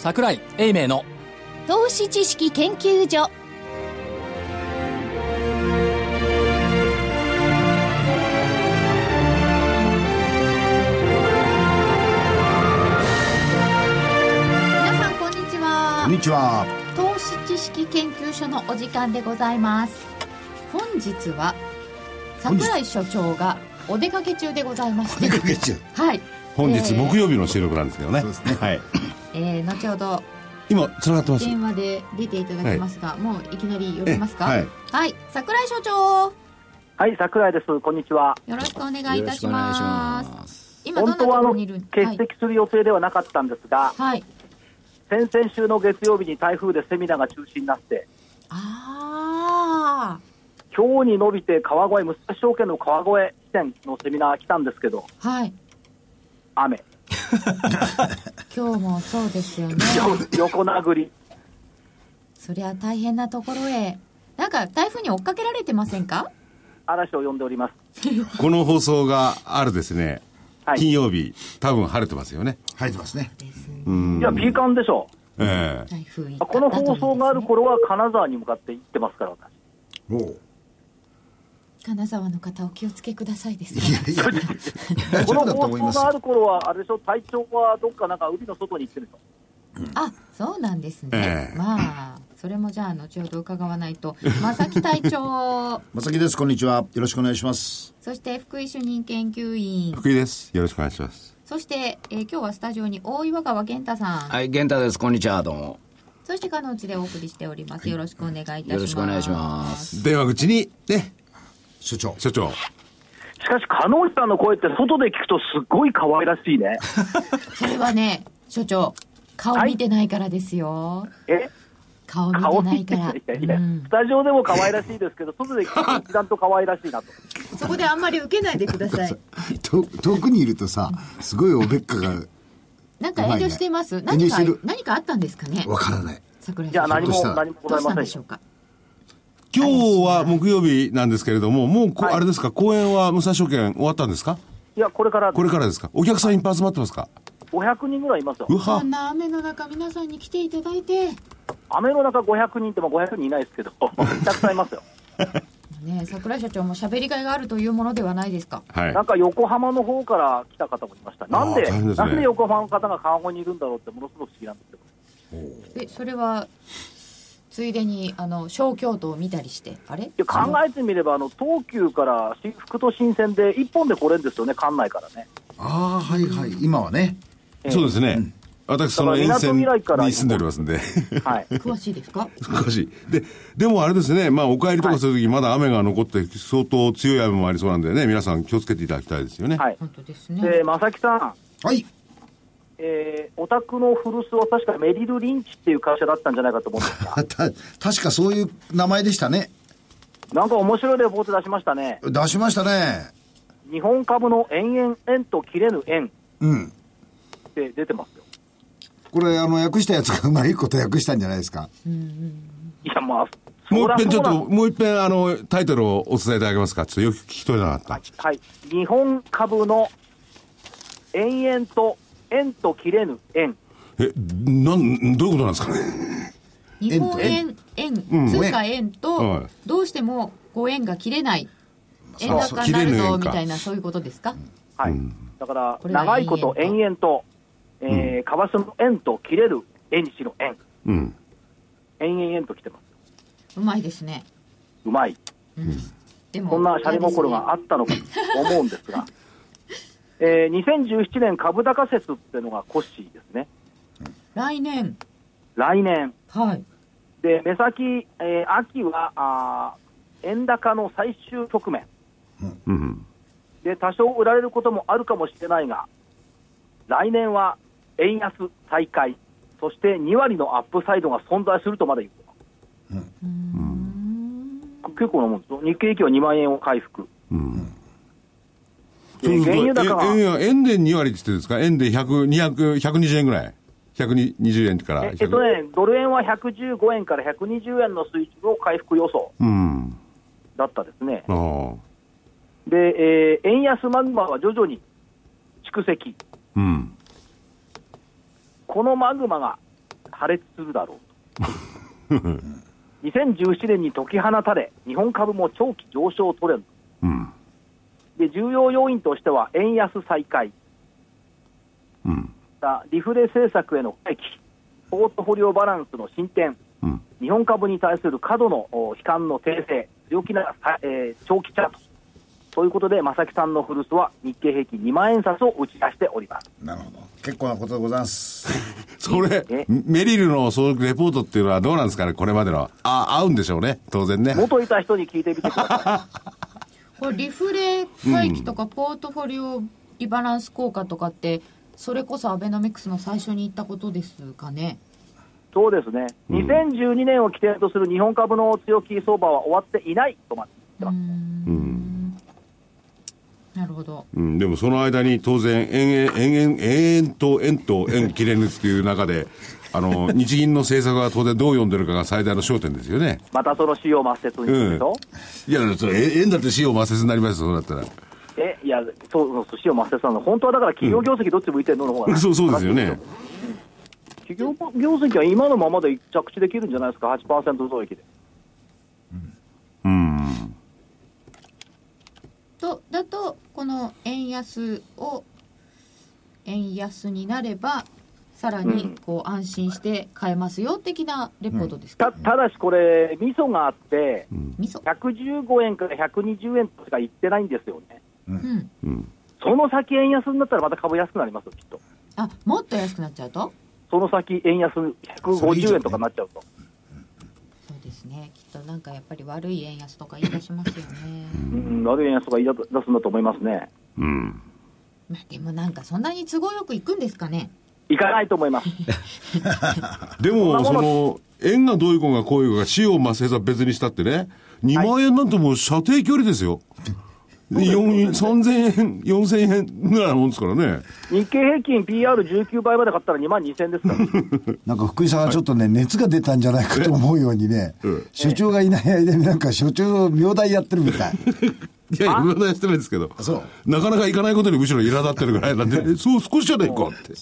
櫻井英明の投資知識研究所。皆さんこんにちは。 こんにちは。 投資知識研究所のお時間でございます。本日は櫻井所長がお出かけ中でございまして、 お出かけ中、 はい、 本日木曜日の収録なんですけどね。 そうですね、 はい。 後ほど今つながってます。 電話で出ていただきますが、もういきなり呼びますか。 はい、 はい、櫻井所長。 はい、櫻井です。こんにちは。 よろしくお願いいたします。今どんな本当はところにいる？ 欠席する予定ではなかったんですが、 はい、 先々週の月曜日に台風でセミナーが中止になって、 あ今日に伸びて川越、武蔵証券の川越支店のセミナー来たんですけど、 あ、はい、 雨今日もそうですよね。 横殴り。 そりゃ大変なところへ。なんか台風に追っかけられてませんか？ 嵐を呼んでおります。 この放送があるですね、 はい、 金曜日多分晴れてますよね。 晴れてますね。 いや、ピーカンでしょ。 台風この放送がある頃は金沢に向かって行ってますから、私。 おう、 金沢の方お気をつけくださいです。 いやいや大この丈夫だと思います。 放送がある頃はあれでしょ、隊長はどっかなんか海の外に行ってると。 あ、そうなんですね、まあそれもじゃあ後ほど伺わないと。正木隊長正木です。こんにちは。よろしくお願いします。 そして福井主任研究員福井です。よろしくお願いします。 そして、今日はスタジオに大岩川源太さん。 はい、源太です。こんにちは。どうも。 そして鹿野内でお送りしております。よろしくお願いいたします。 よろしくお願いします。 電話口にね、 所長。 しかし鹿野内さんの声って外で聞くとすっごい可愛らしいね。 それはね、所長顔見てないからですよ。顔見てないから。 いやいや、スタジオでも可愛らしいですけど、外で聞くと一段と可愛らしいなと。 そこであんまり受けないでください。 遠くにいるとさ、すごいおべっかがなんか遠慮しています。 遠慮してる。 何かあったんですかね。 わからない。 桜井いや、何もございどうませんしたんでしょうか。 今日は木曜日なんですけれども、もうあれですか、公演は武蔵証券終わったんですか？ いや、これからですか？お客さんいっぱい集まってますか ？500人ぐらいいますよ。 こんな雨の中皆さんに来ていただいて。 雨の中500人っても500人いないですけどたくさんいますよね。櫻井社長も喋りがいがあるというものではないですか。 はい。 なんか横浜の方から来た方もいました。なんで横浜の方が川越にいるんだろうってものすごく不思議なんですけど。 それはついでに小京都を見たりしてあれ？ 考えてみれば東急から副都心線で1本で来れるんですよね、関内からね。 ああ、はいはい。今はね、 そうですね、私その沿線に住んでおりますんで、 はい、 詳しいですか？ 詳しい。でもあれですね、まあお帰りとかするときまだ雨が残って相当強い雨もありそうなんでね、皆さん気をつけていただきたいですよね。 はい、 本当ですね。 で、正木さん、 はい、 お宅の古巣は確かメリル・リンチっていう会社だったんじゃないかと思うんですが確かそういう名前でしたね。 なんか面白いレポート出しましたね。 出しましたね。 日本株の延々円と切れぬ円って出てますよ。 これ訳したやつがうまいこと訳したんじゃないですか。 いや、まあもう一遍タイトルをお伝えいただけますか。ちょっとよく聞き取れなかった。 はい、日本株の延々と円と切れぬ円。 どういうことなんですかね。 日本円、通貨円とどうしてもご縁が切れない、円高になるとみたいな、そういうことですか。 はい、だから長いこと延々と為替の円と切れる円にしろ円、延々と来てます。 うまいですね。 うまい、 でもそんなシャレ心があったのかと思うんですが2017年株高説っていうのがコッシーですね。 来年はい。で目先、秋は円高の最終局面、で多少売られることもあるかもしれないが、来年は円安再開、そして2割のアップサイドが存在するとまで言う。結構なもんですよ。日経平均は2万円を回復。原油高が円で2割って言ってるんですか。円で120円ぐらい。120円から。 ドル円は115円から120円の水準を回復予想だったですね。で、円安マグマは徐々に蓄積。このマグマが破裂するだろうと2017年に解き放たれ日本株も長期上昇トレンド、で重要要因としては円安再開、リフレ政策への回帰、ポートフォリオバランスの進展、日本株に対する過度の悲観の訂正、強気な、長期チャートということで、正木さんの古巣は日経平均2万円札を打ち出しております。 なるほど、結構なことでございます。 それメリルのそうレポートっていうのはどうなんですかね、これまでの合うんでしょうね、当然ね。 元いた人に聞いてみてくださいこれリフレ回帰とかポートフォリオリバランス効果とかってそれこそアベノミクスの最初に言ったことですかね。 そうですね、2012年を起点とする日本株の強気相場は終わっていないとまで言ってます。 なるほど、 でもその間に当然延々と円と円切れ抜っていう中で日銀の政策は当然どう読んでるかが最大の焦点ですよね。 またその使用抹殺にするでしょ、 いやそれ円だって使用抹殺になりますよ、そうだったら。 いやそう使用抹殺なの本当はだから企業業績どっち向いてるのの方が、 そうですよね。 企業業績は今のままで着地できるんじゃないですか、 8% 増益で。 だとこの円安になればさらにこう安心して買えますよ的なレポートですか。 ただしこれミソがあって、115円から120円としか言ってないんですよね、その先円安になったらまた株安くなりますよ、きっと。 もっと安くなっちゃうと、 その先円安150円とかになっちゃうと、 そうですね、きっとなんかやっぱり悪い円安とか言い出しますよね悪い円安とか言い出すんだと思いますね。 でもなんかそんなに都合よくいくんですかね。 いかないと思いますでもその円がどういう子がこういう子が使用抹殺は別にしたってね、2万円なんてもう射程距離ですよ、3000円4000円ぐらいのもんですからね。 日経平均 PR19 倍まで買ったら2万2000円ですからなんか福井さんはちょっとね、熱が出たんじゃないかと思うようにね、所長がいない間になんか所長名代やってるみたいいや名代してないですけど、なかなかいかないことにむしろ苛立ってるぐらいなんでそう少しじゃないかって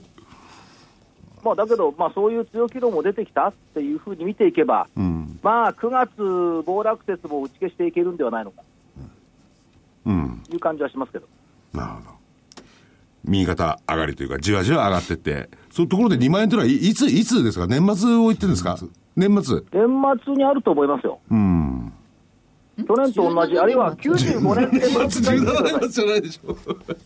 だけど、そういう強気論も出てきたっていうふうに見ていけば、9月暴落説も打ち消していけるんではないのかという感じはしますけど。 なるほど。右肩上がりというかじわじわ上がってって、そういうところで2万円というのはいつですか、年末を言ってるんですか。年末にあると思いますよ。去年と同じ、あるいは95年年末 17年末じゃないでしょ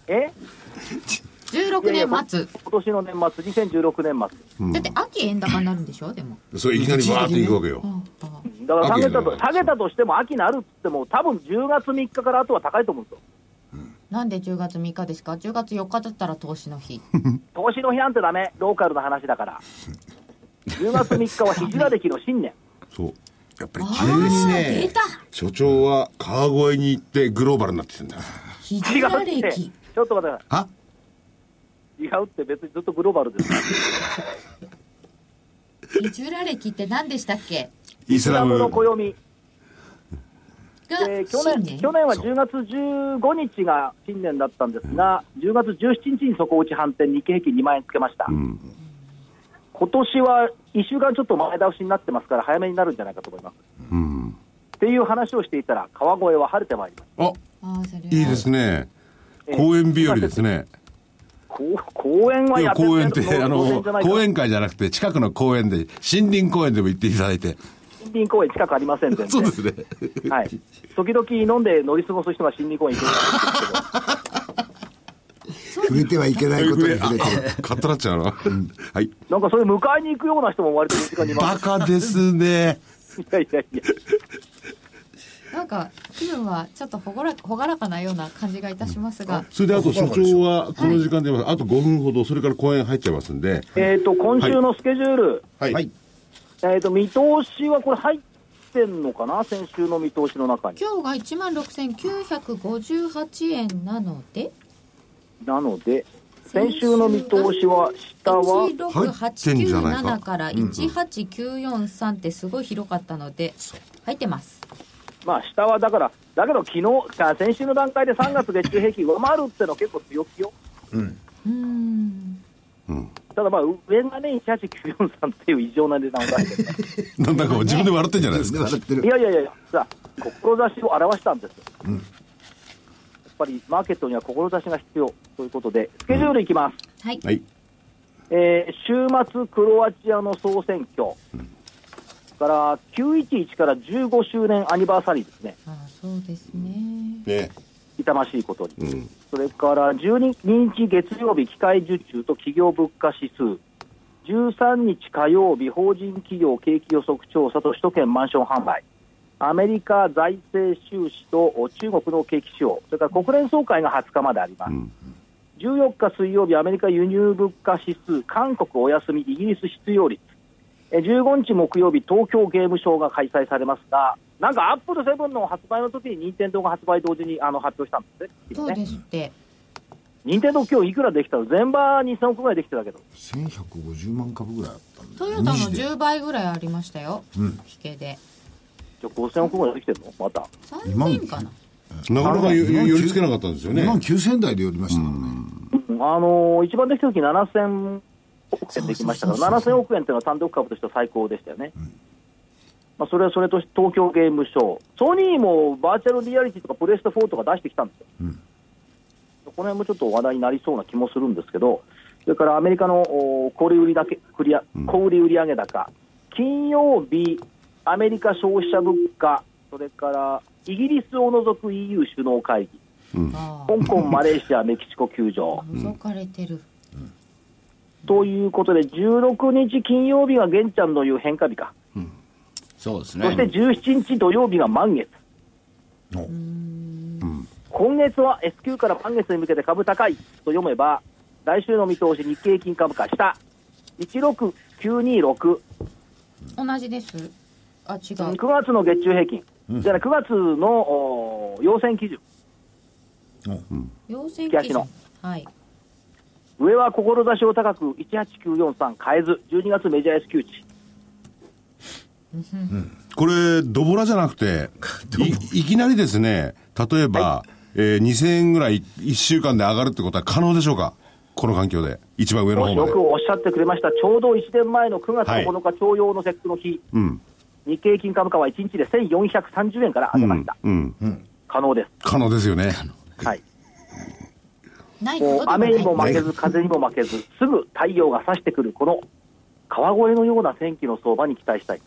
16年末、 今年の年末、2016年末、 だって秋円高になるんでしょ。でもそれいきなりバーっていくわけよ。 だから下げたとしても秋になるって言っても多分10月3日からあとは高いと思うんですよ。 なんで10月3日ですか。10月4日だったら投資の日投資の日なんてダメ、ローカルな話だから10月3日はヒジラ歴の新年。 そうやっぱり急にね、所長は川越に行ってグローバルになってきてんだ。 ヒジラ歴、 ちょっと待ってください。違うって、別にずっとグローバルですヒジラ歴って何でしたっけ。 イスラムの暦が去年は10月15日が新年だったんですが、10月17日に底打ち反転、日経平均2万円つけました、今年は1週間ちょっと前倒しになってますから早めになるんじゃないかと思います、っていう話をしていたら川越は晴れてまいりました。 いいですね、公園日和ですね。 公園はやってる公園って公園会じゃなくて近くの公園で、森林公園でも行っていただいて。 森林公園近くありません全然そうですねはい、時々飲んで乗り過ごす人が森林公園行くんですけど触れてはいけないことに触れてるカッとなっちゃうの、はい、 なんかそれ迎えに行くような人も割と身近にいます。 バカですねいやなんか気分はちょっと朗らかなような感じがいたしますが、 それであと所長はこの時間で、あと5分ほどそれから公演入っちゃいますんで、 今週のスケジュール、見通しはこれ入ってんのかな、先週の見通しの中に。 今日が 16,958 円なので先週の見通しは下は 16897から18943ってすごい広かったので入ってます。 下はだけど先週の段階で3月月中平均上回るってのは結構強気よ。 ただ上がね、18943っていう異常な値段を出してるなんだか自分で笑ってんじゃないですか。 いや、さあ、志を表したんですよ。やっぱりマーケットには志が必要ということで、スケジュールいきます。 はい。 週末、クロアチアの総選挙。から911から15周年アニバーサリーですね。 そうですね。 痛ましいことに、それから12日月曜日、機械受注と企業物価指数、13日火曜日、法人企業景気予測調査と首都圏マンション販売、アメリカ財政収支と中国の景気指標、それから国連総会が20日まであります。14日水曜日、アメリカ輸入物価指数、韓国お休み、イギリス失業率、15日木曜日、東京ゲームショウが開催されますが、なんかアップル7の発売の時に任天堂が発売同時に発表したんですね。 そうですって。 任天堂今日いくらできたの？全場2000億ぐらいできてたけど。 1150万株ぐらいあったんで。 トヨタの10倍ぐらいありましたよ。引けで。 じゃあ5000億ぐらいできてるの？また。 3000かな。 なかなか寄りつけなかったんですよね。 2万9000台で寄りましたからね。一番できた時7000億円できましたから、7000億円というのは単独株としては最高でしたよね。それはそれとして東京ゲームショウ、ソニーもバーチャルリアリティとかプレステ4とか出してきたんですよ。この辺もちょっと話題になりそうな気もするんですけど、それからアメリカの小売売上高、金曜日、アメリカ消費者物価、それからイギリスを除く EU 首脳会議、香港、マレーシア、メキシコ休場。 除かれてる。 ということで、16日金曜日が玄ちゃんの言う変化日か。 そうですね。 そして17日土曜日が満月。今月は S q から満月に向けて株高いと読めば、来週の見通し、日経平均株価下、16926。 同じです。違う。 9月の月中平均。じゃあ9月の要線基準。 要線基準。はい。 上は志を高く18943変えず、12月メジャー S q 値。 これドボラじゃなくて いきなりですね、例えば、2000円ぐらい1週間で上がるってことは可能でしょうか、この環境で。一番上の方までよくおっしゃってくれました。ちょうど1年前の9月9日徴用の節句の日、日経平均株価は1日で1430円から上げました。可能です。 可能ですよね。 はい。もう雨にも負けず風にも負けず、すぐ太陽が差してくるこの川越のような天気の相場に期待したい。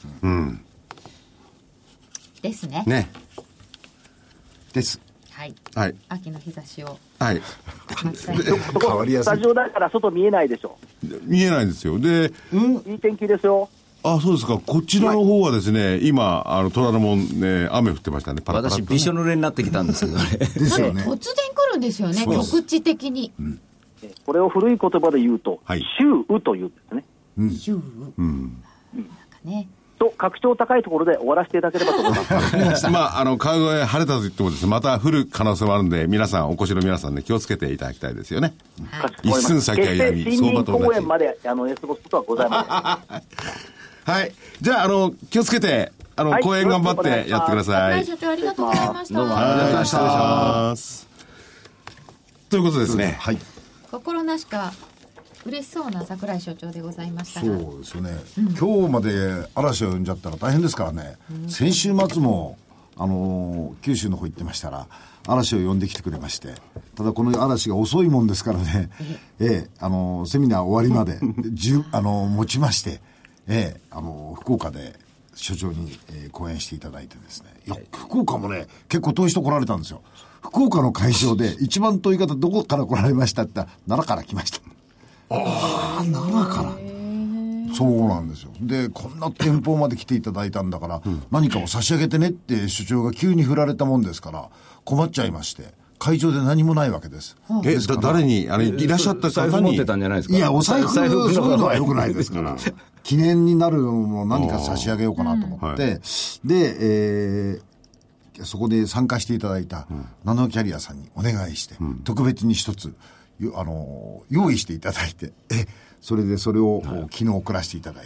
ですね。 ね。 です。 はい。 はい。 秋の日差しを。 はい。 変わりやすい。 スタジオだから外見えないでしょ。 見えないんですよ。で、 いい天気ですよ。 そうですか。こちらの方はですね、今虎ノ門ね、雨降ってましたね。 パラパラ私びしょ濡れになってきたんですけどね。 ですよね。 突然来るんですよね。局地的に。 これを古い言葉で言うと、秋雨というんですね。 秋雨。なんかね。 と格調高いところで終わらせていただければと思います。 川越晴れたと言ってもですね、また降る可能性もあるんで、皆さん、お越しの皆さんね、気をつけていただきたいですよね。一寸先は闇、相場と同じ。 公園まで過ごすことはございません。 はい。じゃあ、気をつけて、講演頑張ってやってください。 社長ありがとうございました。 どうもありがとうございました。 失礼します。ということですね。 はい。 心なしか嬉しそうな櫻井所長でございましたが。 そうですよね。今日まで嵐を呼んじゃったら大変ですからね。先週末も、九州の方行ってましたら、嵐を呼んできてくれまして、ただこの嵐が遅いもんですからね、セミナー終わりまで、持ちまして、福岡で所長に、講演していただいてですね、いや、福岡もね、結構遠い人来られたんですよ。福岡の会場で一番遠い方どこから来られましたって言ったら、奈良から来ました。奈良から。そうなんですよ。で、こんな店舗まで来ていただいたんだから、何かを差し上げてねって所長が急に振られたもんですから、困っちゃいまして、会場で何もないわけです。 誰に、いらっしゃった方に。 財布持ってたんじゃないですか。 いや、お財布、そういうのは良くないですから。記念になるものを何か差し上げようかなと思って、で、そこで参加していただいたナノキャリアさんにお願いして、特別に一つ、用意していただいて、それでそれを昨日送らせていただいたと。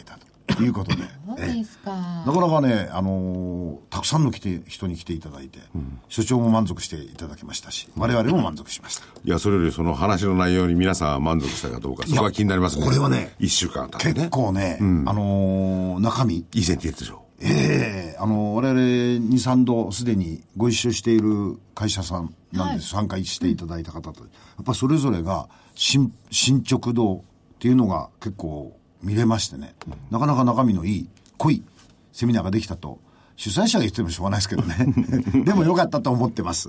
いうことで。 そうですか。 なかなかね、たくさんの人に来ていただいて、所長も満足していただきましたし、我々も満足しました。 いや、それよりその話の内容に皆さんは満足したかどうか、そこは気になりますね。 これはね、 1週間経ってね。 結構ね、中身。 以前ってやつでしょ。 我々2、3度すでにご一緒している会社さんなんです。参加していただいた方と。やっぱそれぞれが進捗度っていうのが結構見れましてね、なかなか中身のいい、濃いセミナーができたと、主催者が言ってもしょうがないですけどね。でもよかったと思ってます。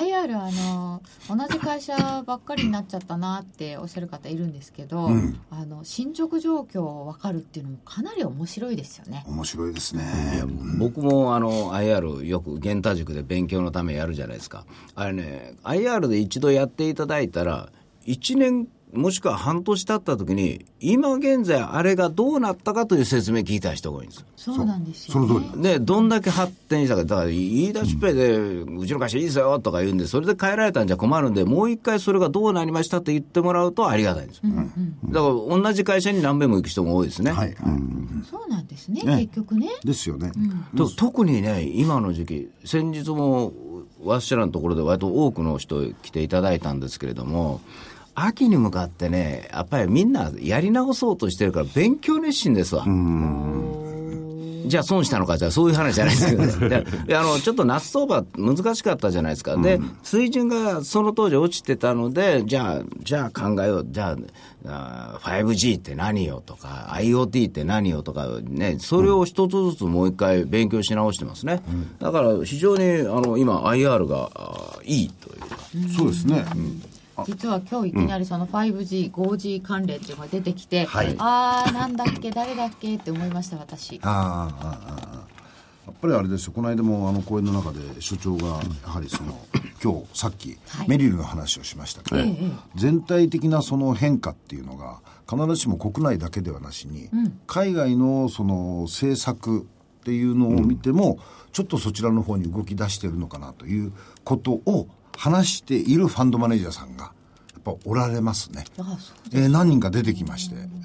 IR 同じ会社ばっかりになっちゃったなっておっしゃる方いるんですけど、進捗状況を分かるっていうのもかなり面白いですよね。 面白いですね。 いや、僕もIR よく源太塾で勉強のためやるじゃないですか。あれね、IR で一度やっていただいたら1年もしくは半年経った時に今現在あれがどうなったかという説明聞いた人が多いんですよ。 そうなんですよね。 その通りでどんだけ発展したか、だから言い出しっぺで、うちの会社いいですよとか言うんで、それで変えられたんじゃ困るんで、もう一回それがどうなりましたって言ってもらうとありがたいんですよ、だから同じ会社に何べんも行く人も多いですね。 はい、 そうなんですね、結局ね。 ですよね。 特にね、今の時期、先日もワッシャラのところで割と多くの人来ていただいたんですけれども、秋に向かってね、やっぱりみんなやり直そうとしてるから勉強熱心ですわ。じゃあ損したのか、じゃあそういう話じゃないですけどね。ちょっと夏相場難しかったじゃないですか。で、水準がその当時落ちてたので、じゃあ考えよう。じゃあ、5G って何よとか、IoT って何よとかね、それを一つずつもう一回勉強し直してますね。だから非常に今 IR がいいというか。 そうですね。 実は今日いきなりその 5G、5G 関連っていうのが出てきて、なんだっけ誰だっけって思いました私。やっぱりあれですよ、この間も講演の中で所長がやはり今日さっきメリルの話をしましたけど、全体的なその変化っていうのが必ずしも国内だけではなしに、海外のその政策っていうのを見ても、ちょっとそちらの方に動き出してるのかなということを話しているファンドマネージャーさんがやっぱおられますね。何人か出てきまして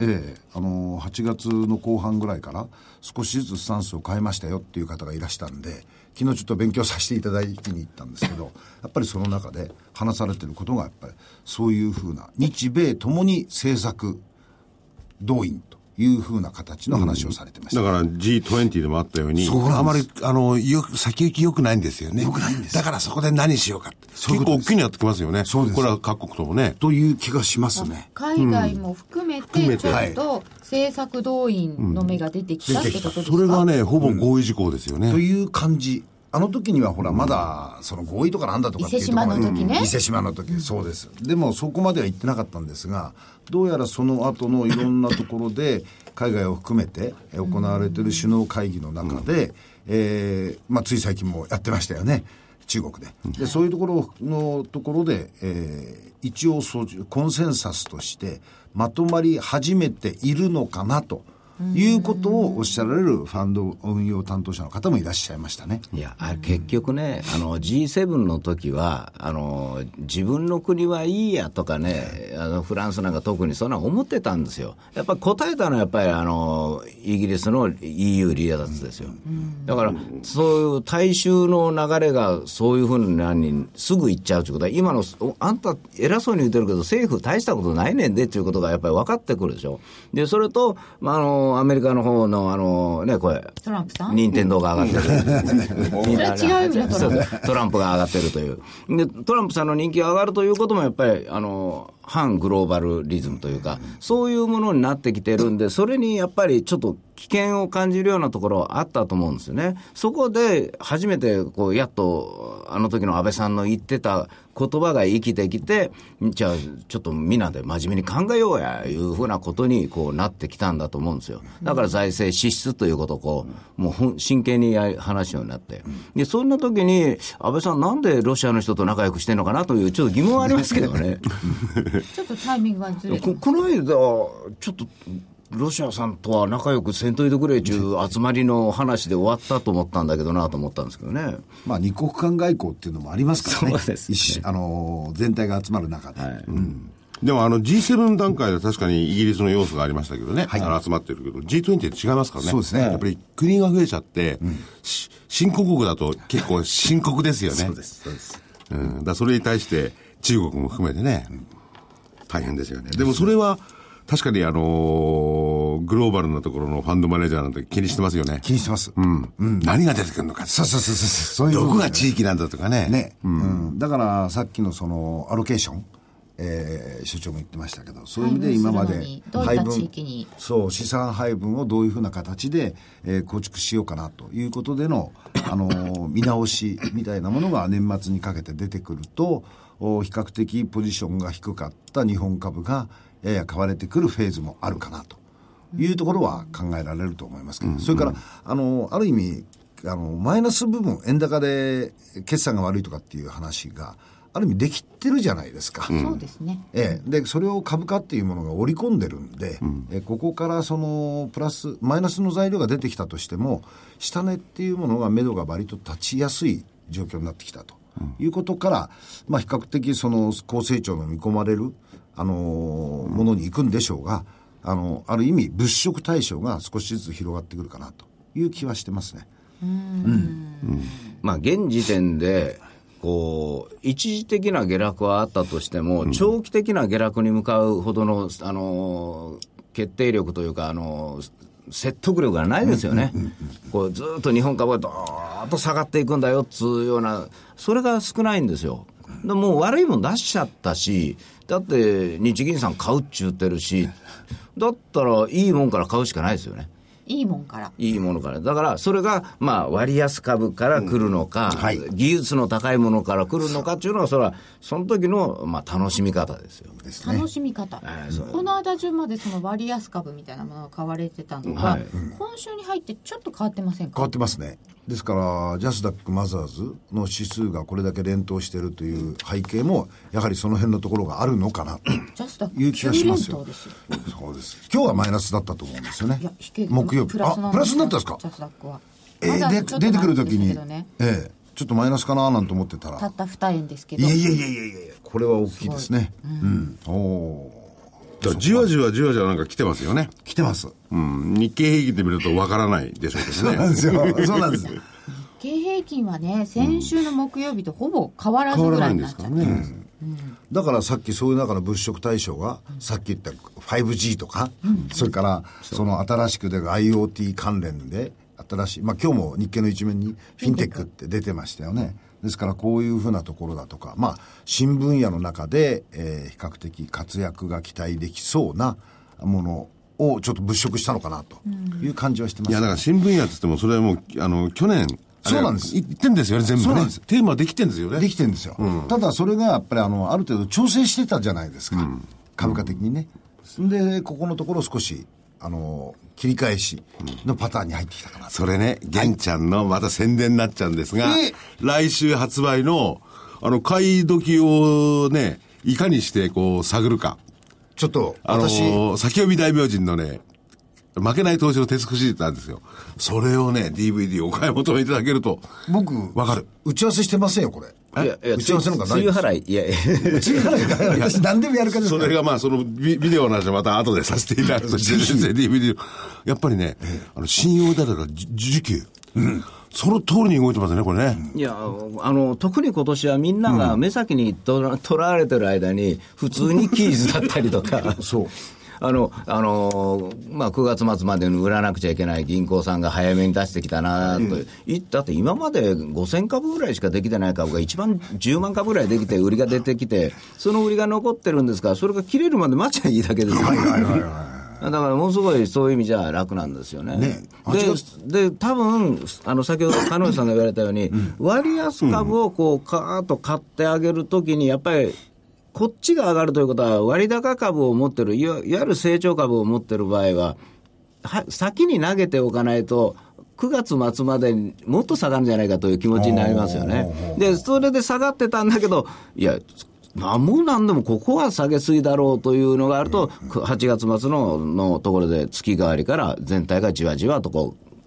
、8月の後半ぐらいから少しずつスタンスを変えましたよっていう方がいらしたんで、昨日ちょっと勉強させていただきに行ったんですけど、やっぱりその中で話されてることがやっぱりそういうふうな日米ともに政策動員というふうな形の話をされてました。 だから G20 でもあったように、 あまり先行き良くないんですよね。 良くないんです。 だからそこで何しようかって。 結構大きになってきますよね。 そうです。 これは各国ともね。 という気がしますね。 海外も含めてちょっと政策動員の目が出てきたってことですか。 それがね、ほぼ合意事項ですよね。 という感じ。あの時にはほらまだその合意とかなんだとかっていうところ伊勢島の時ね。 伊勢島の時、そうです。でもそこまでは言ってなかったんですが、どうやらその後のいろんなところで海外を含めて行われている首脳会議の中で、つい最近もやってましたよね、中国で。でそういうところで、一応コンセンサスとしてまとまり始めているのかなということをおっしゃられるファンド運用担当者の方もいらっしゃいましたね。 いや、結局ね、G7 の時は自分の国はいいやとかね、フランスなんか特にそんな思ってたんですよ。やっぱり答えたのはやっぱりイギリスの EU 離脱ですよ。だからそういう大衆の流れがそういうふうにすぐ行っちゃうということは、今のあんた偉そうに言ってるけど政府大したことないねんでということがやっぱり分かってくるでしょ。でそれと、アメリカの方のこれトランプさん、 任天堂が上がってるそれは違うよね。 トランプが上がってるというで、トランプさんの人気が上がるということもやっぱり反グローバルリズムというか、そういうものになってきてるんで、それにやっぱりちょっと危険を感じるようなところはあったと思うんですよね。そこで初めてやっとあの時の安倍さんの言ってた言葉が生きてきて、じゃあちょっとみんなで真面目に考えようやいうふうなことになってきたんだと思うんですよ。だから財政支出ということをもう真剣に話すようになって、でそんな時に安倍さんなんでロシアの人と仲良くしてるのかなというちょっと疑問はありますけどねちょっとタイミングがずれてこの間ちょっとロシアさんとは仲良くせんといてくれという集まりの話で終わったと思ったんだけどなと思ったんですけどね。 二国間外交っていうのもありますからね。 そうですね。 全体が集まる中で、 でもG7 段階で確かにイギリスの要素がありましたけどね、集まってるけど G20 って違いますからね。 そうですね。 やっぱり国が増えちゃって、新興国だと結構深刻ですよね。 そうです。 だそれに対して中国も含めてね、大変ですよね。でもそれは確かにグローバルなところのファンドマネージャーなんて気にしてますよね。 気にしてます。 何が出てくるのか。 そうどこが地域なんだとかね。 だからさっきのそのアロケーション、所長も言ってましたけど、そういう意味で今まで配分、そう資産配分をどういうふうな形で、構築しようかなということでの見直しみたいなものが年末にかけて出てくると、比較的ポジションが低かった日本株がやや買われてくるフェーズもあるかなというところは考えられると思いますけど、それからある意味マイナス部分、円高で決算が悪いとかっていう話がある意味できてるじゃないですか。 そうですね。 でそれを株価っていうものが織り込んでるんで、ここからそのプラスマイナスの材料が出てきたとしても、下値っていうものが目処が割と立ちやすい状況になってきたということから、比較的その高成長の見込まれるものに行くんでしょうが、ある意味物色対象が少しずつ広がってくるかなという気はしてますね。 現時点で一時的な下落はあったとしても、長期的な下落に向かうほどの、決定力というか説得力がないですよね。ずっと日本株がどーっと下がっていくんだよっつうような、それが少ないんですよ。もう悪いもん出しちゃったし、だって日銀さん買うっちゅうってるし、だったらいいもんから買うしかないですよね。 いいもんから。 だからそれが割安株から来るのか、技術の高いものから来るのかっていうのは、それはその時の楽しみ方ですよ。 楽しみ方。この間中までその割安株みたいなものが買われてたのが、今週に入ってちょっと変わってませんか？ 変わってますね。ですからジャスダックマザーズの指数がこれだけ連投しているという背景もやはりその辺のところがあるのかなという気がしますよ。そうです。今日はマイナスだったと思うんですよね。木曜日プラスになったんですか？ ジャスダックは出てくるときに、ちょっとマイナスかななんて思ってたら、 たった2円ですけど、 いやこれは大きいですね。 じわじわなんか来てますよね。 来てます。 日経平均で見るとわからないでしょうけどね。 そうなんです。 日経平均はね、先週の木曜日とほぼ変わらずぐらいになっちゃってます。 だからさっきそういう中の物色対象がさっき言った 5G とか、それからその新しく出る IoT 関連で新しい、今日も日経の一面にフィンテックって出てましたよね。ですからこういうふうなところだとか、新分野の中で、比較的活躍が期待できそうなものをちょっと物色したのかなという感じはしてます。 いやだから新分野って言ってもそれはもう去年そうなんです。 言ってんですよね、全部ね。そうなんです。テーマできてんですよね。 できてんですよ。ただそれがやっぱりある程度調整してたじゃないですか。株価的にね。で、ここのところ少し、切り返しのパターンに入ってきたかな。 それね、玄ちゃんのまた宣伝になっちゃうんですが、来週発売の、買い時をね、いかにして探るか。 ちょっと、 先読み大名人のね、負けない投資の鉄くじなんですよ。それをね、DVD お買い求めいただけると。 僕、わかる。打ち合わせしてませんよ、これ。打ち合わせなんかないです。 梅雨払い。 梅雨払い私何でもやるから。 それがそのビデオの話はまた後でさせていただくとしてですね、DVD。やっぱりね、信用だとか需給。その通りに動いてますね、これね。 いや、特に今年はみんなが目先にとらわれてる間に、普通にキーズだったりとか。 そう。 9月末までに売らなくちゃいけない銀行さんが早めに出してきたなと、だって今まで5000株ぐらいしかできてない株が一番10万株ぐらいできて売りが出てきて、その売りが残ってるんですから、それが切れるまで待ちゃいいだけですよ。だからものすごいそういう意味じゃ楽なんですよね。で多分先ほど金内さんが言われたように、割安株をカーッと買ってあげるときにやっぱりこっちが上がるということは、割高株を持ってる、いわゆる成長株を持ってる場合は、先に投げておかないと、9月末までにもっと下がるんじゃないかという気持ちになりますよね。で、それで下がってたんだけど、いや、もう何でもここは下げすぎだろうというのがあると、8月末のところで月替わりから全体がじわじわと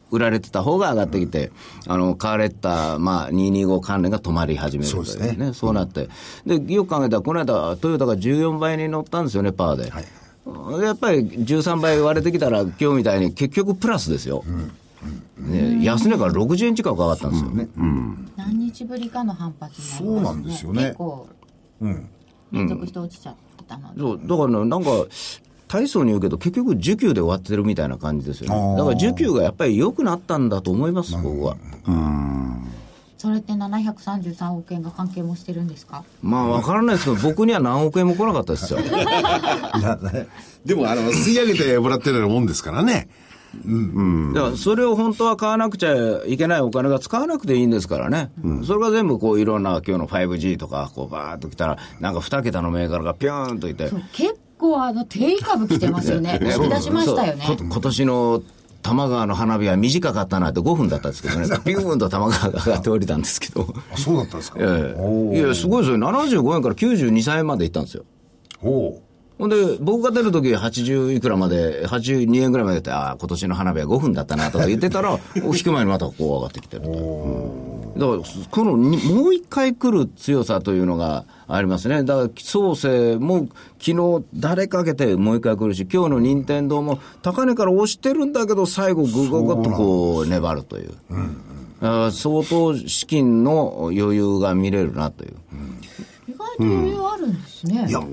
売られてた方が上がってきて、買われた、225関連が止まり始めるというそうですね。 そうなって。で、よく考えたら、この間、トヨタが14倍に乗ったんですよね、パーで。やっぱり13倍割れてきたら、今日みたいに結局プラスですよ。安値から60円近く上がったんですよね。 何日ぶりかの反発になりますね。 そうなんですよね。 結構、連続して落ちちゃったので。 そう、だからなんか、大層に言うけど、結局、需給で終わってるみたいな感じですよね。だから需給がやっぱり良くなったんだと思います、僕は。 それって733億円が関係もしてるんですか？ わからないですけど、僕には何億円も来なかったですよ。 でも吸い上げてもらってるようなもんですからね。 だからそれを本当は買わなくちゃいけないお金が使わなくていいんですからね。それが全部こういろんな今日の 5G とかこうバーッと来たらなんか2桁の銘柄がピューンといて、 結構定位株来てますよね。突き出しましたよね。 今年の多摩川の花火は短かったなって5分だったんですけどね、ピューンと多摩川が上がって降りたんですけど。 そうだったんですか。 いや、すごいですよ。75円から92、3円まで行ったんですよ。ほんで、僕が出るとき80いくらまで、82円ぐらいまで言って、今年の花火は5分だったなとか言ってたら、引く前にまたこう上がってきてる。だから、このもう一回来る強さというのがありますね。だから、創生も昨日誰かけてもう一回来るし、今日の任天堂も高値から押してるんだけど、最後グググッとこう粘るという。相当資金の余裕が見れるなという。 意外と余裕あるんですね。 いや、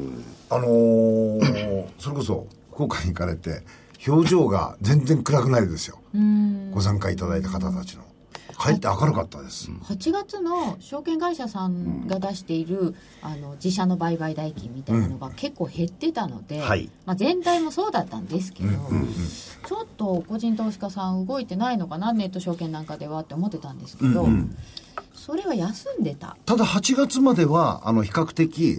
それこそ福岡に行かれて表情が全然暗くないですよ。ご参加いただいた方たちのかえって明るかったです。 8月の証券会社さんが出している自社の売買代金みたいなのが結構減ってたので、全体もそうだったんですけど、ちょっと個人投資家さん動いてないのかな、ネット証券なんかではって思ってたんですけど、それは休んでた。 ただ8月までは比較的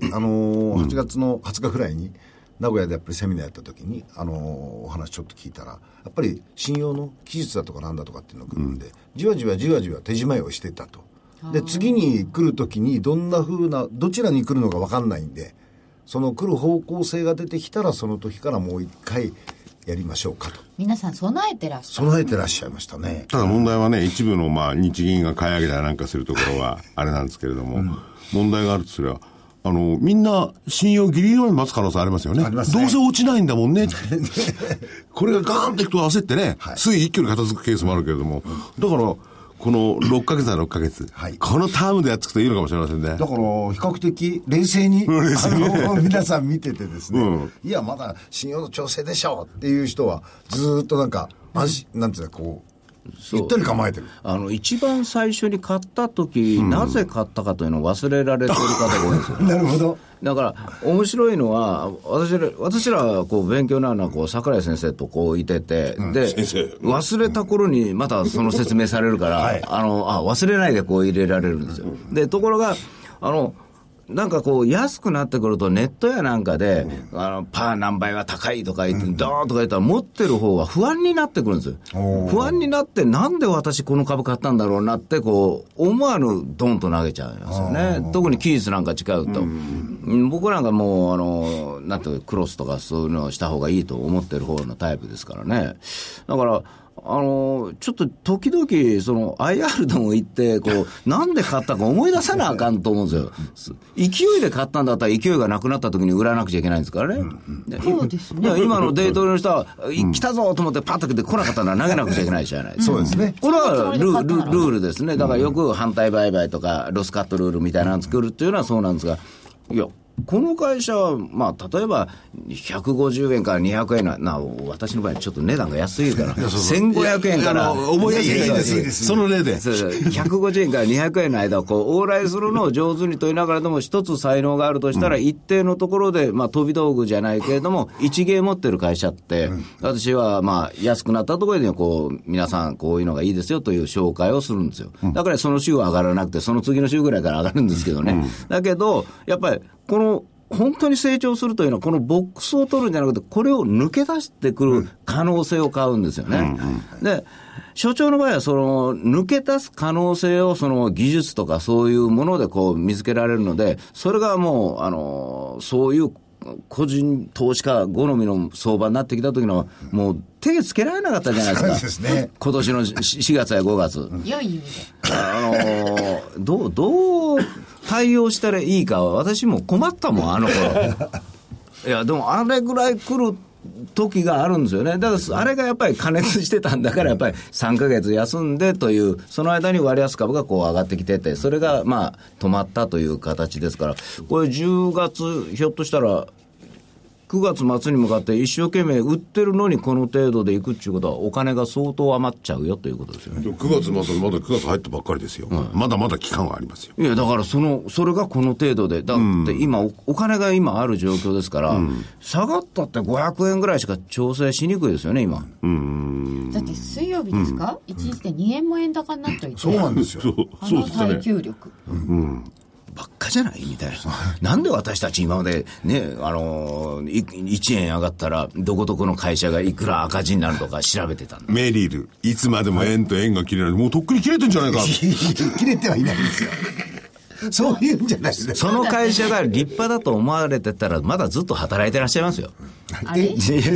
8月の20日くらいに名古屋でやっぱりセミナーやった時にお話ちょっと聞いたら、やっぱり信用の期日だとかなんだとかっていうのが来るんで、じわじわ手締まいをしてたと。で次に来る時にどちらに来るのか分かんないんで、その来る方向性が出てきたらその時からもう一回やりましょうかと。 皆さん備えてらっしゃいましたね。 ただ問題はね、一部の日銀が買い上げたりなんかするところはあれなんですけれども、問題があるとすればみんな信用ギリギリまで待つ可能性ありますよね。どうせ落ちないんだもんね。これがガーンっていくと焦ってね、推移一挙に片付くケースもあるけれども、だからこの6ヶ月は6ヶ月、このタームでやっていくといいのかもしれませんね。 だから比較的冷静に皆さん見ててですね、いやまだ信用の調整でしょうっていう人はずっとなんていうかこうゆったり構えてる。 一番最初に買った時、なぜ買ったかというのを忘れられている方が多いんですよ。 なるほど。 だから面白いのは、私らこう勉強なのは櫻井先生とこういてて、で忘れた頃にまたその説明されるから、忘れないでこう入れられるんですよ。でところがなんかこう安くなってくるとネットやなんかでパー何倍は高いとか言ってドーンとか言ったら持ってる方は不安になってくるんですよ。不安になってなんで私この株買ったんだろうなってこう思わぬドンと投げちゃうんですよね。特に期日なんか違うと、僕なんかもうなんていうクロスとかそういうのをした方がいいと思ってる方のタイプですからね。だからちょっと時々IR でも行ってなんで買ったか思い出さなあかんと思うんですよ。勢いで買ったんだったら勢いがなくなった時に売らなくちゃいけないんですからね。 そうですね。 今のデートの人は来たぞと思ってパッと来て来なかったら投げなくちゃいけないじゃないですか。 そうですね。 これはルールですね。だからよく反対売買とかロスカットルールみたいなのを作るっていうのはそうなんですが、いやこの会社は、例えば150円から200円私の場合ちょっと値段が安いから1500円から思いやすいです。その例で 150円から200円の間を往来するのを上手にとりながらでも一つ才能があるとしたら、一定のところで、飛び道具じゃないけれども一芸持ってる会社って、私は安くなったところで皆さんこういうのがいいですよという紹介をするんですよ。だからその週は上がらなくてその次の週ぐらいから上がるんですけどね、だけどやっぱり本当に成長するというのはこのボックスを取るんじゃなくてこれを抜け出してくる可能性を買うんですよね。で所長の場合は抜け出す可能性を技術とかそういうもので見つけられるので、それがもうそういう個人投資家好みの相場になってきた時のもう手つけられなかったじゃないですか。 そうですね。 今年の4月や5月。 良い意味で。 どう対応したらいいかは私も困ったもん、あの頃。いや、でもあれぐらい来る時があるんですよね。だからあれがやっぱり加熱してたんだから、やっぱり3ヶ月休んでという、その間に割安株がこう上がってきてて、それがまあ止まったという形ですから、これ10月ひょっとしたら9月末に向かって一生懸命売ってるのにこの程度でいくっていうことはお金が相当余っちゃうよということですよね。 9月末まだ9月入ったばっかりですよ、まだまだ期間はありますよ。 いやだからそれがこの程度でだって今お金が今ある状況ですから、下がったって500円ぐらいしか調整しにくいですよね今。 だって水曜日ですか、一日で2円も円高になっていて、 そうなんですよ。 耐久力、 ばっかじゃないみたいな。なんで私たち今までね、1円上がったらどこどこの会社がいくら赤字になるとか調べてたんだ。 メリルいつまでも円と円が切れない、もうとっくに切れてんじゃないか。 切れてはいないんですよ。そういうんじゃないですね。 その会社が立派だと思われてたらまだずっと働いてらっしゃいますよ。 あれ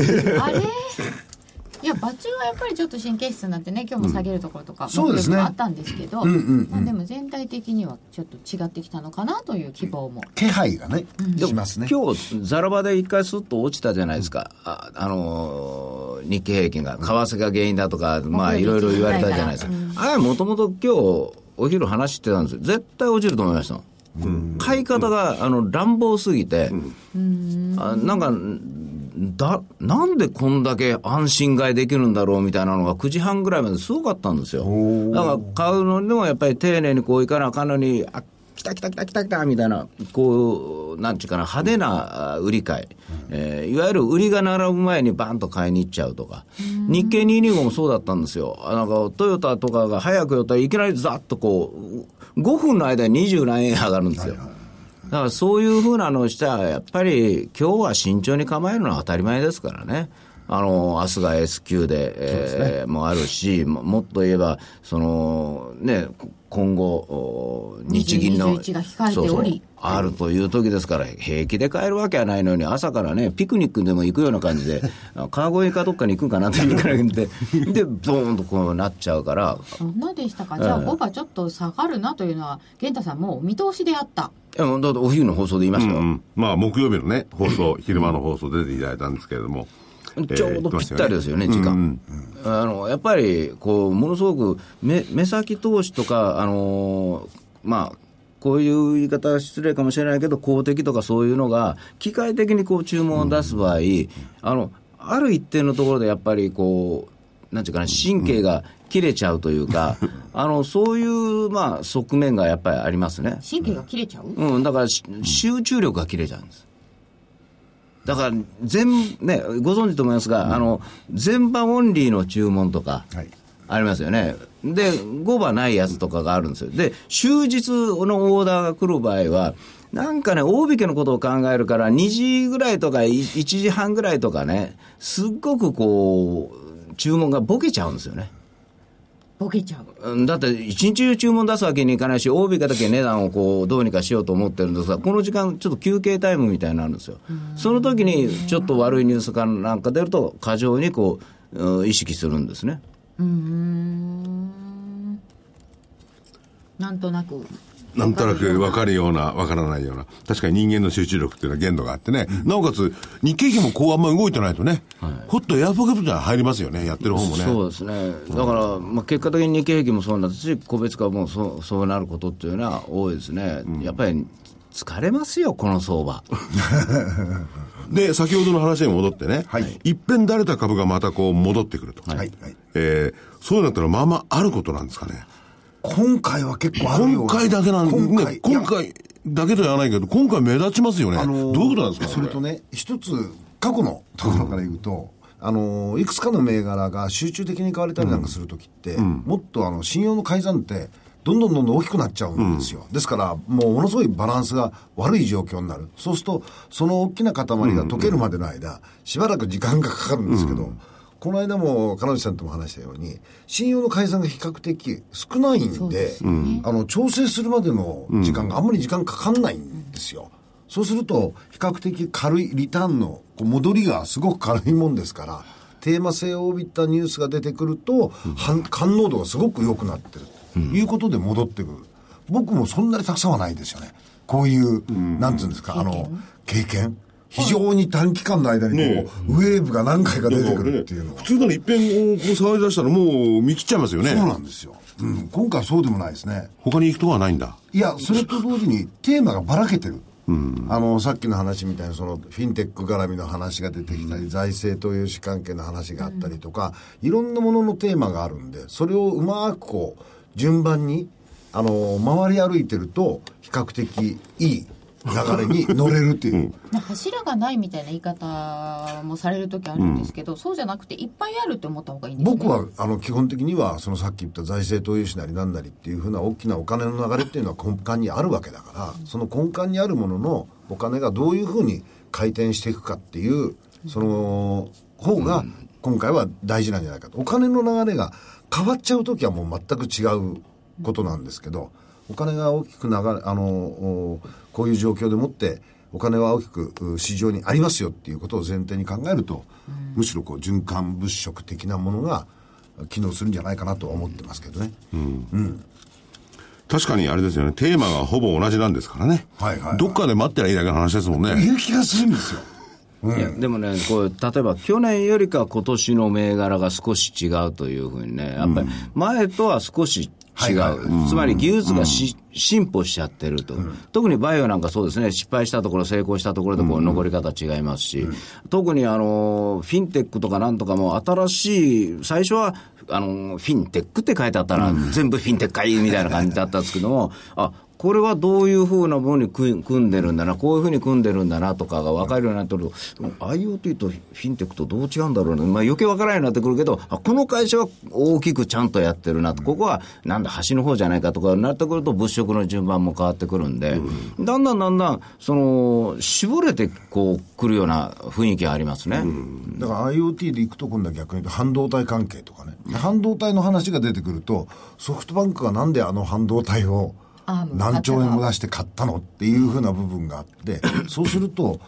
いや、場中はやっぱりちょっと神経質になってね、今日も下げるところとか、 そうですね、 あったんですけど、まあ、でも全体的にはちょっと違ってきたのかなという希望も気配がね、しますね。 今日ザラバで一回スッと落ちたじゃないですか、日経平均が為替が原因だとか、まあいろいろ言われたじゃないですか。あれもともと今日お昼話してたんですよ。絶対落ちると思いました。買い方が乱暴すぎて、なんかなんでこんだけ安心買いできるんだろうみたいなのが9時半ぐらいまですごかったんですよ。だから買うのでもやっぱり丁寧にこういかなあかんのに、来たみたいな、こうなんていうかな、派手な売り買い、いわゆる売りが並ぶ前にバンと買いに行っちゃうとか、日経225もそうだったんですよ。なんかトヨタとかが早く寄ったらいきなりざっとこう5分の間に20何円上がるんですよ。だからそういうふうなのをしたらやっぱり今日は慎重に構えるのは当たり前ですからね。明日が S q で、もあるし、もっと言えばね、今後日銀の 21が控えておりあるという時ですから、平気で買えるわけはないのに、朝からねピクニックでも行くような感じで川越かどっかに行くんかなというくらいででボーンとこうなっちゃうから。 そんなでしたか。じゃあ5がちょっと下がるなというのは源太さんもう見通しであった。 だってお昼の放送で言いましたよ、 まあ木曜日のね放送昼間の放送出ていただいたんですけれども、 ちょうどぴったりですよね、時間。やっぱりこうものすごく目先投資とか、まあこういう言い方は失礼かもしれないけど、公的とかそういうのが機械的にこう注文を出す場合、ある一定のところでやっぱりこうなんていうかな、神経が切れちゃうというか、そういうまあ側面がやっぱりありますね。 神経が切れちゃう？ だから集中力が切れちゃうんです。だからね、ご存知と思いますが、全場オンリーの注文とかありますよね。で5場ないやつとかがあるんですよ。で終日のオーダーが来る場合はなんかね、大引けのことを考えるから2時ぐらいとか1時半ぐらいとかね、すっごくこう注文がボケちゃうんですよね。 ボケちゃう。 だって一日中注文出すわけにいかないし、大引けだけ値段をこうどうにかしようと思ってるんですが、この時間ちょっと休憩タイムみたいになるんですよ。その時にちょっと悪いニュースかなんか出ると過剰にこう意識するんですね。 なんとなく分かるような分からないような、確かに人間の集中力っていうのは限度があってね、なおかつ日経平均もこうあんまり動いてないとね、ほっとエアポケットに入りますよね、やってる方もね。 そうですね。だから、結果的に日経平均もそうなんですし、個別株もそうなることっていうのは多いですね。やっぱり疲れますよ、この相場。 で先ほどの話に戻ってね、いっぺんだれた株がまたこう戻ってくると、そういうのだったらまあまああることなんですかね。 今回は結構あるような。 今回だけなんで、今回だけではないけど、今回目立ちますよね。どういうことなんですか。 それとね、一つ過去のところから言うと、いくつかの銘柄が集中的に買われたりなんかするときって、もっと信用の改ざんってどんどん大きくなっちゃうんですよ。ですからものすごいバランスが悪い状況になる。そうするとその大きな塊が溶けるまでの間、しばらく時間がかかるんですけど、この間も金内さんとも話したように、信用の改ざんが比較的少ないんで、調整するまでの時間があんまり時間かかんないんですよ。そうすると比較的軽いリターンの戻りがすごく軽いもんですから、 テーマ性を帯びたニュースが出てくると、感能度がすごく良くなってるということで戻ってくる。僕もそんなにたくさんはないですよね。こういう、なんていうんですか、経験非常に短期間の間にウェーブが何回か出てくるっていうのは、 普通なら一遍騒い出したらもう見切っちゃいますよね。 そうなんですよ。今回はそうでもないですね。 他に行くとこはないんだ。 いや、それと同時にテーマがばらけてる。さっきの話みたいなそのフィンテック絡みの話が出てきたり、財政と融資関係の話があったりとか、いろんなもののテーマがあるんで、それをうまくこう順番に回り歩いてると比較的いい流れに乗れるっていう、 柱がないみたいな言い方もされる時あるんですけど、そうじゃなくていっぱいあるって思った方がいいんですね。 僕は基本的にはそのさっき言った財政投融資なりなんなりっていうふうな大きなお金の流れっていうのは根幹にあるわけだから、その根幹にあるもののお金がどういうふうに回転していくかっていうその方が今回は大事なんじゃないかと。お金の流れが変わっちゃう時はもう全く違うことなんですけど、お金が大きくこういう状況でもってお金は大きく市場にありますよっていうことを前提に考えると、むしろこう循環物色的なものが機能するんじゃないかなとは思ってますけどね。 確かにあれですよね、テーマがほぼ同じなんですからね、どっかで待ってりゃいいだけの話ですもんね。 いう気がするんですよ。 いやでもね、こう例えば去年よりか今年の銘柄が少し違うというふうにね、やっぱり前とは少し違う、つまり技術が進歩しちゃってると、特にバイオなんかそうですね、失敗したところ成功したところでこう残り方違いますし、特にフィンテックとかなんとかも新しい、最初はフィンテックって書いてあったら、全部フィンテックかいみたいな感じだったんですけども、これはどういうふうなものに組んでるんだな、こういうふうに組んでるんだなとかが分かるようになってくると、IoT とフィンテックとどう違うんだろうな、余計分からないようになってくるけど、この会社は大きくちゃんとやってるなと、ここはなんだ端の方じゃないかとかになってくると物色の順番も変わってくるんで、だんだんその絞れてこうくるような雰囲気がありますね。 だから IoT でいくと今度は逆に言うと半導体関係とかね、半導体の話が出てくると、ソフトバンクがなんで半導体を何兆円も出して買ったのっていうふうな部分があってそうすると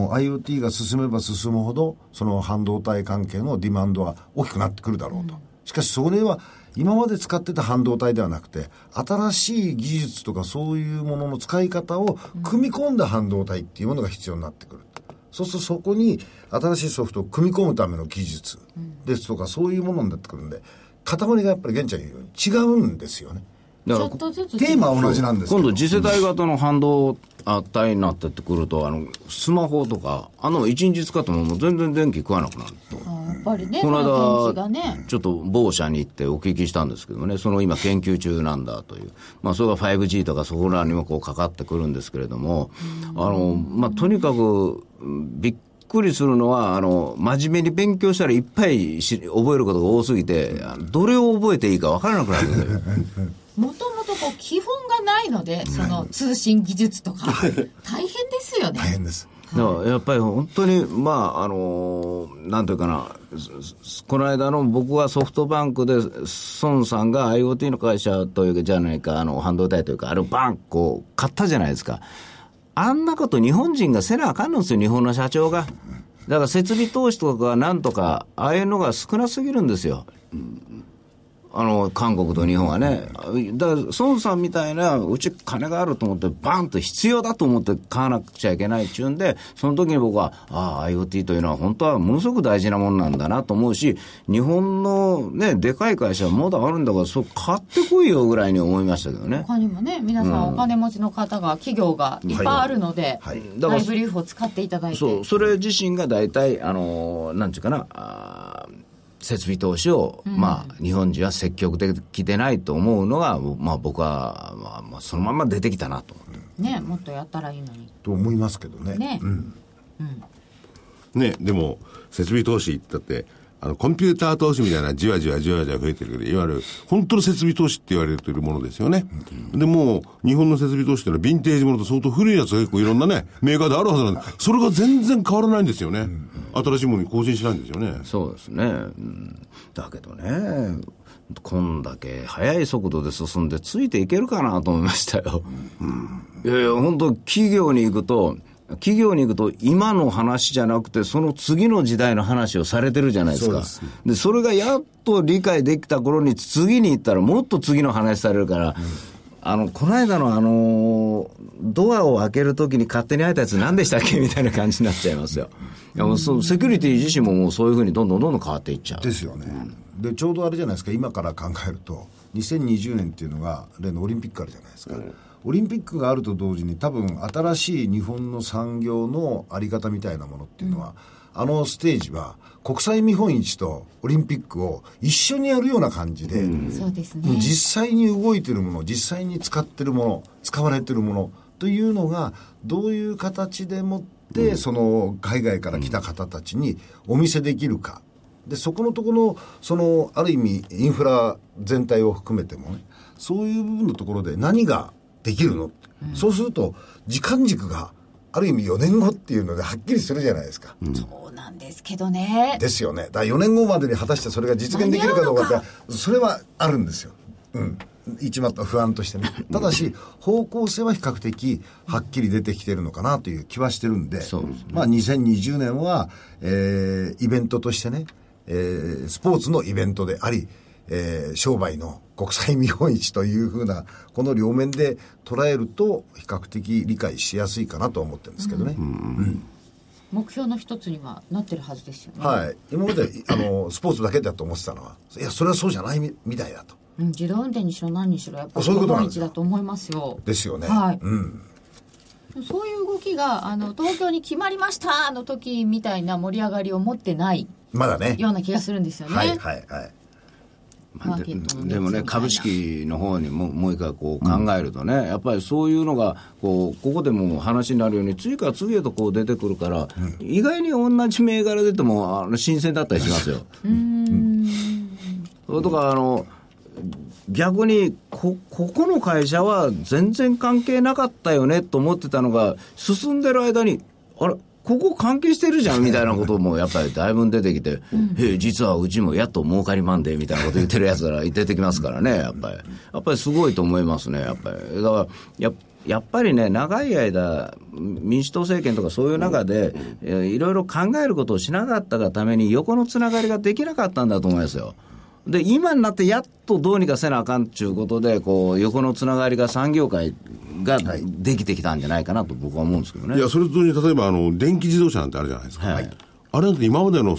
IoT が進めば進むほどその半導体関係のディマンドは大きくなってくるだろうと。しかしそれは今まで使ってた半導体ではなくて、新しい技術とかそういうものの使い方を組み込んだ半導体っていうものが必要になってくる。そうするとそこに新しいソフトを組み込むための技術ですとかそういうものになってくるんで、塊がやっぱり現地は言うように違うんですよね。 ちょっとずつテーマは同じなんですけど、 今度次世代型の半導体になってくるとスマホとか1日使ってももう全然電気食わなくなると。 やっぱりね、 この間、 がね、 ちょっと某社に行ってお聞きしたんですけどもね、その今研究中なんだという、それが 5G とかそこらにもこうかかってくるんですけれども、とにかくびっくりするのは真面目に勉強したらいっぱい覚えることが多すぎて、どれを覚えていいか分からなくなるんですよ。 もともと基本がないので、その通信技術とか大変ですよね。 大変です。 だからやっぱり本当になんというかな、この間の僕はソフトバンクで孫さんが IoT の会社というかじゃないか半導体というかバンこう買ったじゃないですか。あんなこと日本人がせなあかんのですよ、日本の社長が。だから設備投資とかなんとかああいうのが少なすぎるんですよ。韓国と日本はね。だから孫さんみたいなうち金があると思ってバンと必要だと思って買わなくちゃいけないっていうんで、その時に僕はIoT というのは本当はものすごく大事なものなんだなと思うし、日本のねでかい会社はまだあるんだからそう買ってこいよぐらいに思いましたけどね。 他にもね、皆さんお金持ちの方が企業がいっぱいあるので、ハイブリーフを使っていただいて、 それ自身が大体なんていうかな設備投資を、日本人は積極的でないと思うのが、僕は、そのまま出てきたなとね、もっとやったらいいのにと思いますけどね。 ね、でも設備投資だってコンピューター投資みたいなじわじわ増えてるけど、いわゆる本当の設備投資って言われてるものですよね。でも日本の設備投資ってのはヴィンテージものと相当古いやつが結構いろんなねメーカーであるはずなんで、それが全然変わらないんですよね。新しいものに更新しないんですよね。 そうですね。だけどね、こんだけ速い速度で進んでついていけるかなと思いましたよ。いやいや本当企業に行くと企業に行くと今の話じゃなくてその次の時代の話をされてるじゃないですか。でそれがやっと理解できた頃に次に行ったらもっと次の話されるから、この間のドアを開けるときに勝手に開いたやつ何でしたっけみたいな感じになっちゃいますよ。いやもうセキュリティ自身ももうそういうふうにどんどん変わっていっちゃうですよね。でちょうどあれじゃないですか、今から考えると2020年っていうのが例のオリンピックあるじゃないですか、オリンピックがあると同時に多分新しい日本の産業のあり方みたいなものっていうのは、あのステージは国際見本市とオリンピックを一緒にやるような感じで、 そうですね、 実際に動いてるもの、実際に使ってるもの、使われてるものというのがどういう形でもってその海外から来た方たちにお見せできるかで、そこのところのそのある意味インフラ全体を含めてもね、そういう部分のところで何ができるの、そうすると時間軸がある意味4年後っていうのではっきりするじゃないですか、 そうなんですけどね。 ですよね。だから4年後までに果たしてそれが実現できるかどうかって、それはあるんですよ。一番不安としてね。ただし方向性は比較的はっきり出てきてるのかなという気はしてるんで、まあ2020年は、イベントとしてね、スポーツのイベントであり、商売の国際見本市というふうなこの両面で捉えると比較的理解しやすいかなと思ってるんですけどね、 目標の一つにはなってるはずですよね。 はい、今までスポーツだけだと思ってたのは、いやそれはそうじゃないみたいだと、 自動運転にしろ何にしろやっぱり見本市だと思いますよ。 ですよね、 はい、そういう動きが東京に決まりましたの時みたいな盛り上がりを持ってないまだねような気がするんですよね。 はいはいはい。 でもね、株式の方にもう一回こう考えるとね、やっぱりそういうのがここでも話になるように次から次へとこう出てくるから、意外に同じ銘柄出ても新鮮だったりしますよ。それとか逆にここの会社は全然関係なかったよねと思ってたのが進んでる間にあれここ関係してるじゃんみたいなこともやっぱりだいぶ出てきて、実はうちもやっと儲かりマンデーみたいなこと言ってるやつら出てきますからね、やっぱりすごいと思いますね。やっぱりだからやっぱりね、長い間民主党政権とかそういう中でいろいろ考えることをしなかったがために横のつながりができなかったんだと思いますよ。で今になってやっとどうにかせなあかんっていうことで横のつながりが産業界ができてきたんじゃないかなと僕は思うんですけどね。 いやそれと同時に例えば電気自動車なんてあるじゃないですか、あれなんて今までの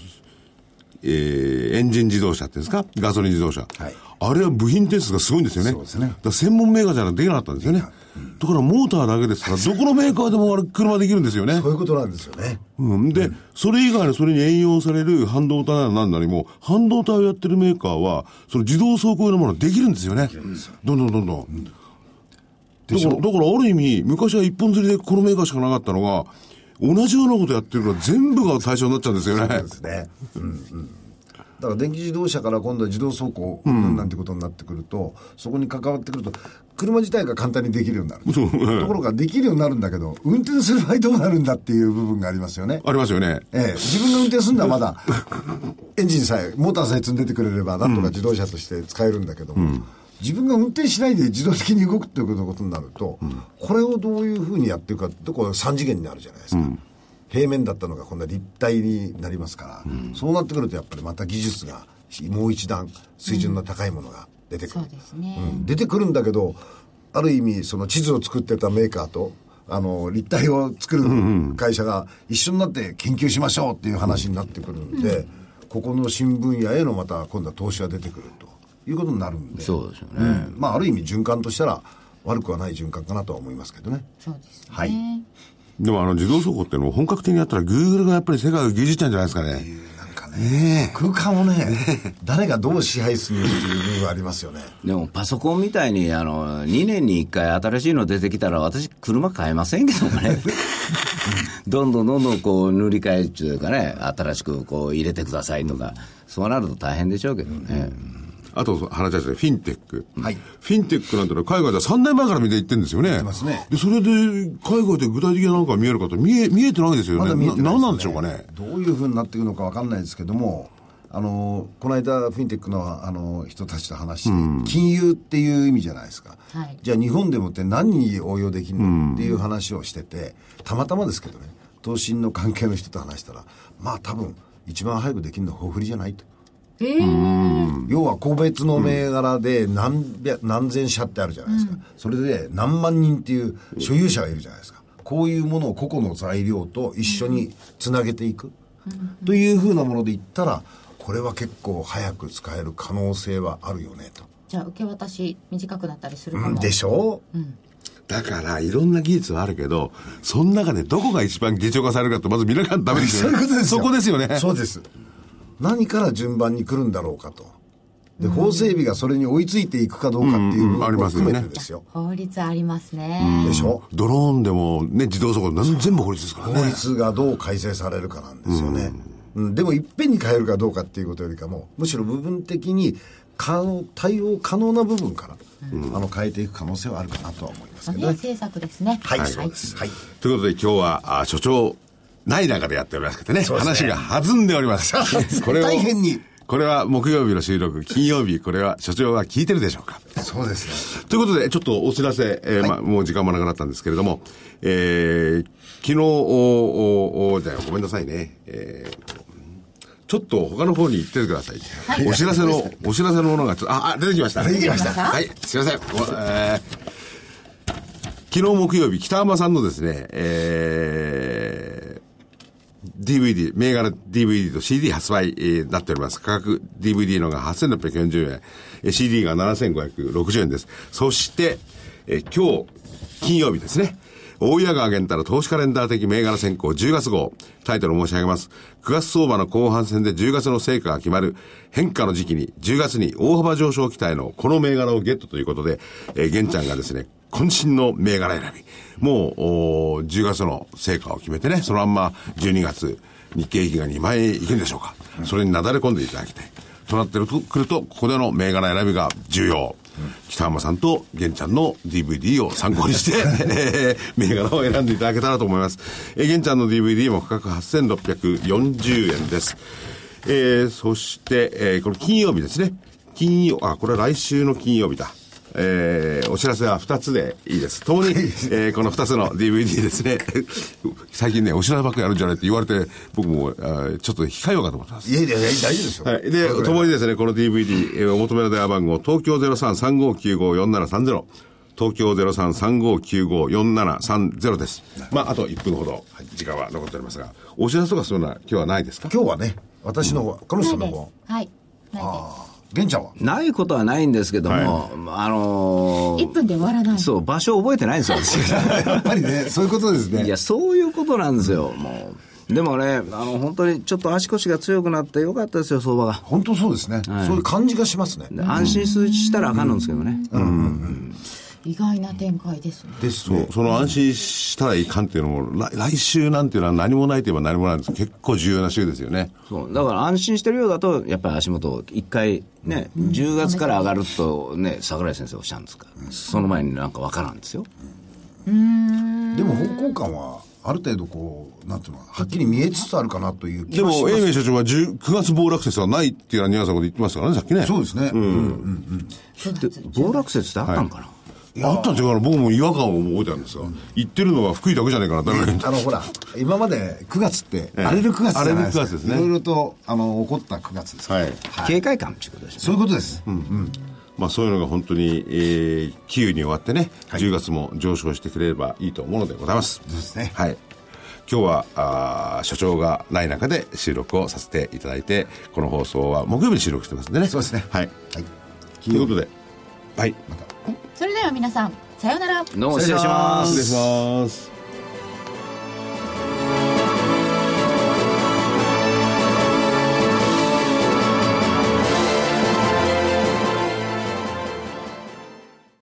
エンジン自動車っていうんですか、ガソリン自動車、あれは部品点数がすごいんですよね。そうですね。だから専門メーカーじゃなくてできなかったんですよね。だからモーターだけですからどこのメーカーでも車できるんですよね。 そういうことなんですよね。 で、それ以外のそれに応用される半導体なら何なりも半導体をやってるメーカーはその自動走行用のものができるんですよね。どんどん。だからある意味昔は一本釣りでこのメーカーしかなかったのが同じようなことやってるから全部が対象になっちゃうんですよね。 そうですね。だから電気自動車から今度は自動走行なんてことになってくると、そこに関わってくると車自体が簡単にできるようになるところができるようになるんだけど、運転する場合どうなるんだっていう部分がありますよね。 ありますよね。 自分が運転するのはまだエンジンさえモーターさえ積んでてくれればなんとか自動車として使えるんだけども、自分が運転しないで自動的に動くっていうことになると、これをどういうふうにやっていくかってこれ3次元になるじゃないですか。平面だったのが今度は立体になりますから、そうなってくるとやっぱりまた技術がもう一段水準の高いものが出てくる、 そうですね、 出てくるんだけど、ある意味その地図を作ってたメーカーと立体を作る会社が一緒になって研究しましょうっていう話になってくるんで、ここの新分野へのまた今度は投資が出てくるということになるんで、 そうですよね、 まあある意味循環としたら悪くはない循環かなとは思いますけどね。 そうですね、 はい。 でも自動走行っていうのを本格的にやったら Google がやっぱり世界を牛耳っちゃうんじゃないですかね。 なんかね、空間をね、誰がどう支配するっていう部分がありますよね。 でもパソコンみたいに2年に1回新しいの出てきたら私車買えませんけどもねどんどんこう塗り替えというかね、新しくこう入れてくださいとか、そうなると大変でしょうけどね。 あと話し合ってフィンテック、フィンテックなんてのは海外では3年前からみんな言ってるんですよね。でそれで海外で具体的な何か見えるかと見えてないですよね。何なんでしょうかね。 どういうふうになっていくのか分かんないですけども、 この間フィンテックの人たちと話して、金融っていう意味じゃないですか、はい、じゃあ日本でもって何に応用できるのっていう話をしてて、たまたまですけどね、投信の関係の人と話したら、まあ多分一番早くできるのは大振りじゃないと。要は個別の銘柄で何千社ってあるじゃないですか、それで何万人っていう所有者がいるじゃないですか。こういうものを個々の材料と一緒につなげていく、というふうなもので言ったら、これは結構早く使える可能性はあるよねと。 じゃあ受け渡し短くなったりするかも、 でしょう、 だからいろんな技術はあるけど、その中でどこが一番議長化されるかってまず見なきゃダメですよね。そこですよね。 そうです。何から順番に来るんだろうかと。で、法整備がそれに追いついていくかどうかっていう部分も含めてですよ。 法律ありますね。 でしょ。 ドローンでもね、自動速度全部法律ですからね。 法律がどう改正されるかなんですよね。でもいっぺんに変えるかどうかっていうことよりかも、むしろ部分的に対応可能な部分から、変えていく可能性はあるかなとは思いますけどね。 政策ですね。 はい、そうです。はい。 ということで今日は所長ない中でやっておりますけどね、話が弾んでおります。これを大変に。 これは木曜日の収録、金曜日、これは所長は聞いてるでしょうか。 そうですね。 ということで、ちょっとお知らせ、もう時間もなくなったんですけれども、昨日、じゃあごめんなさいね。ちょっと他の方に行っててください。はい、お知らせのものが出てきました。 出てきました。 はい、すいません。昨日木曜日、北浜さんのですね、DVD、銘柄 DVD と CD 発売、なっております。価格 DVD のが8640円、CD が7560円です。そして、今日、金曜日ですね。大谷川源太の投資カレンダー的銘柄選考10月号、タイトルを申し上げます。9月相場の後半戦で10月の成果が決まる変化の時期に、10月に大幅上昇期待のこの銘柄をゲットということで、源ちゃんがですね、渾身の銘柄選び。もう、10月の成果を決めてね、そのまんま12月、日経平均が2万円いくんでしょうか。それになだれ込んでいただきたい。となってくると、ここでの銘柄選びが重要。北浜さんと玄ちゃんの DVD を参考にして、銘柄を選んでいただけたらと思います。玄ちゃんの DVD も価格8640円です。そして、これ金曜日ですね。これは来週の金曜日だ。お知らせは2つでいいです。ともに、この2つの DVD ですね。最近ね、お知らせばっかりやるんじゃないって言われて、僕も、ちょっと控えようかと思ってます。 いや、大丈夫ですよ。 はい。で、ともにですね、この DVD、お求めの電話番号、東京 03-3595-4730。東京 03-3595-4730 です。あと1分ほど時間は残っておりますが、お知らせとかそういうのは今日はないですか？ 今日はね、私の方、彼女さんの方。 はい。ないです。 玄ちゃんはないことはないんですけども、 1分で終わらない。 そう、場所覚えてないんですよ。 やっぱりね、そういうことですね。 いや、そういうことなんですよ、もう。でもね、本当にちょっと足腰が強くなってよかったですよ、相場が。 本当そうですね。はい、そういう感じがしますね。 安心したらあかんのですけどね。 意外な展開ですね。 ですね。その安心したらいかんっていうのも、来週なんていうのは何もないといえば何もないんです。結構重要な週ですよね。 そう。だから安心してるようだと、やっぱり足元一回ね、10月から上がるとね、櫻井先生おっしゃるんですか。その前になんかわからんですよ。 でも方向感は、ある程度なんていうのはっきり見えつつあるかなという気がします。 でも、英明所長は9月暴落説はないっていうようなニュアンスのこと言ってましたからね、さっきね。 そうですね。 暴落説ってあったんかな、 あったん違うから僕も違和感を覚えてるんですが、言ってるのは福井だけじゃないかな、誰かほら、今まで9月って、荒れる9月じゃないですか。 荒れる9月ですね。 いろいろと、起こった9月です。 はい。警戒感ということですね。 そういうことです。 そういうのが本当に、9に終わってね、10月も上昇してくれればいいと思うのでございます。 そうですね。 はい。今日は所長がない中で収録をさせていただいて、この放送は木曜日に収録してますんでね。 そうですね。 はい。ということで、はい。 それでは皆さん、さようなら。 どうも失礼します。 失礼します。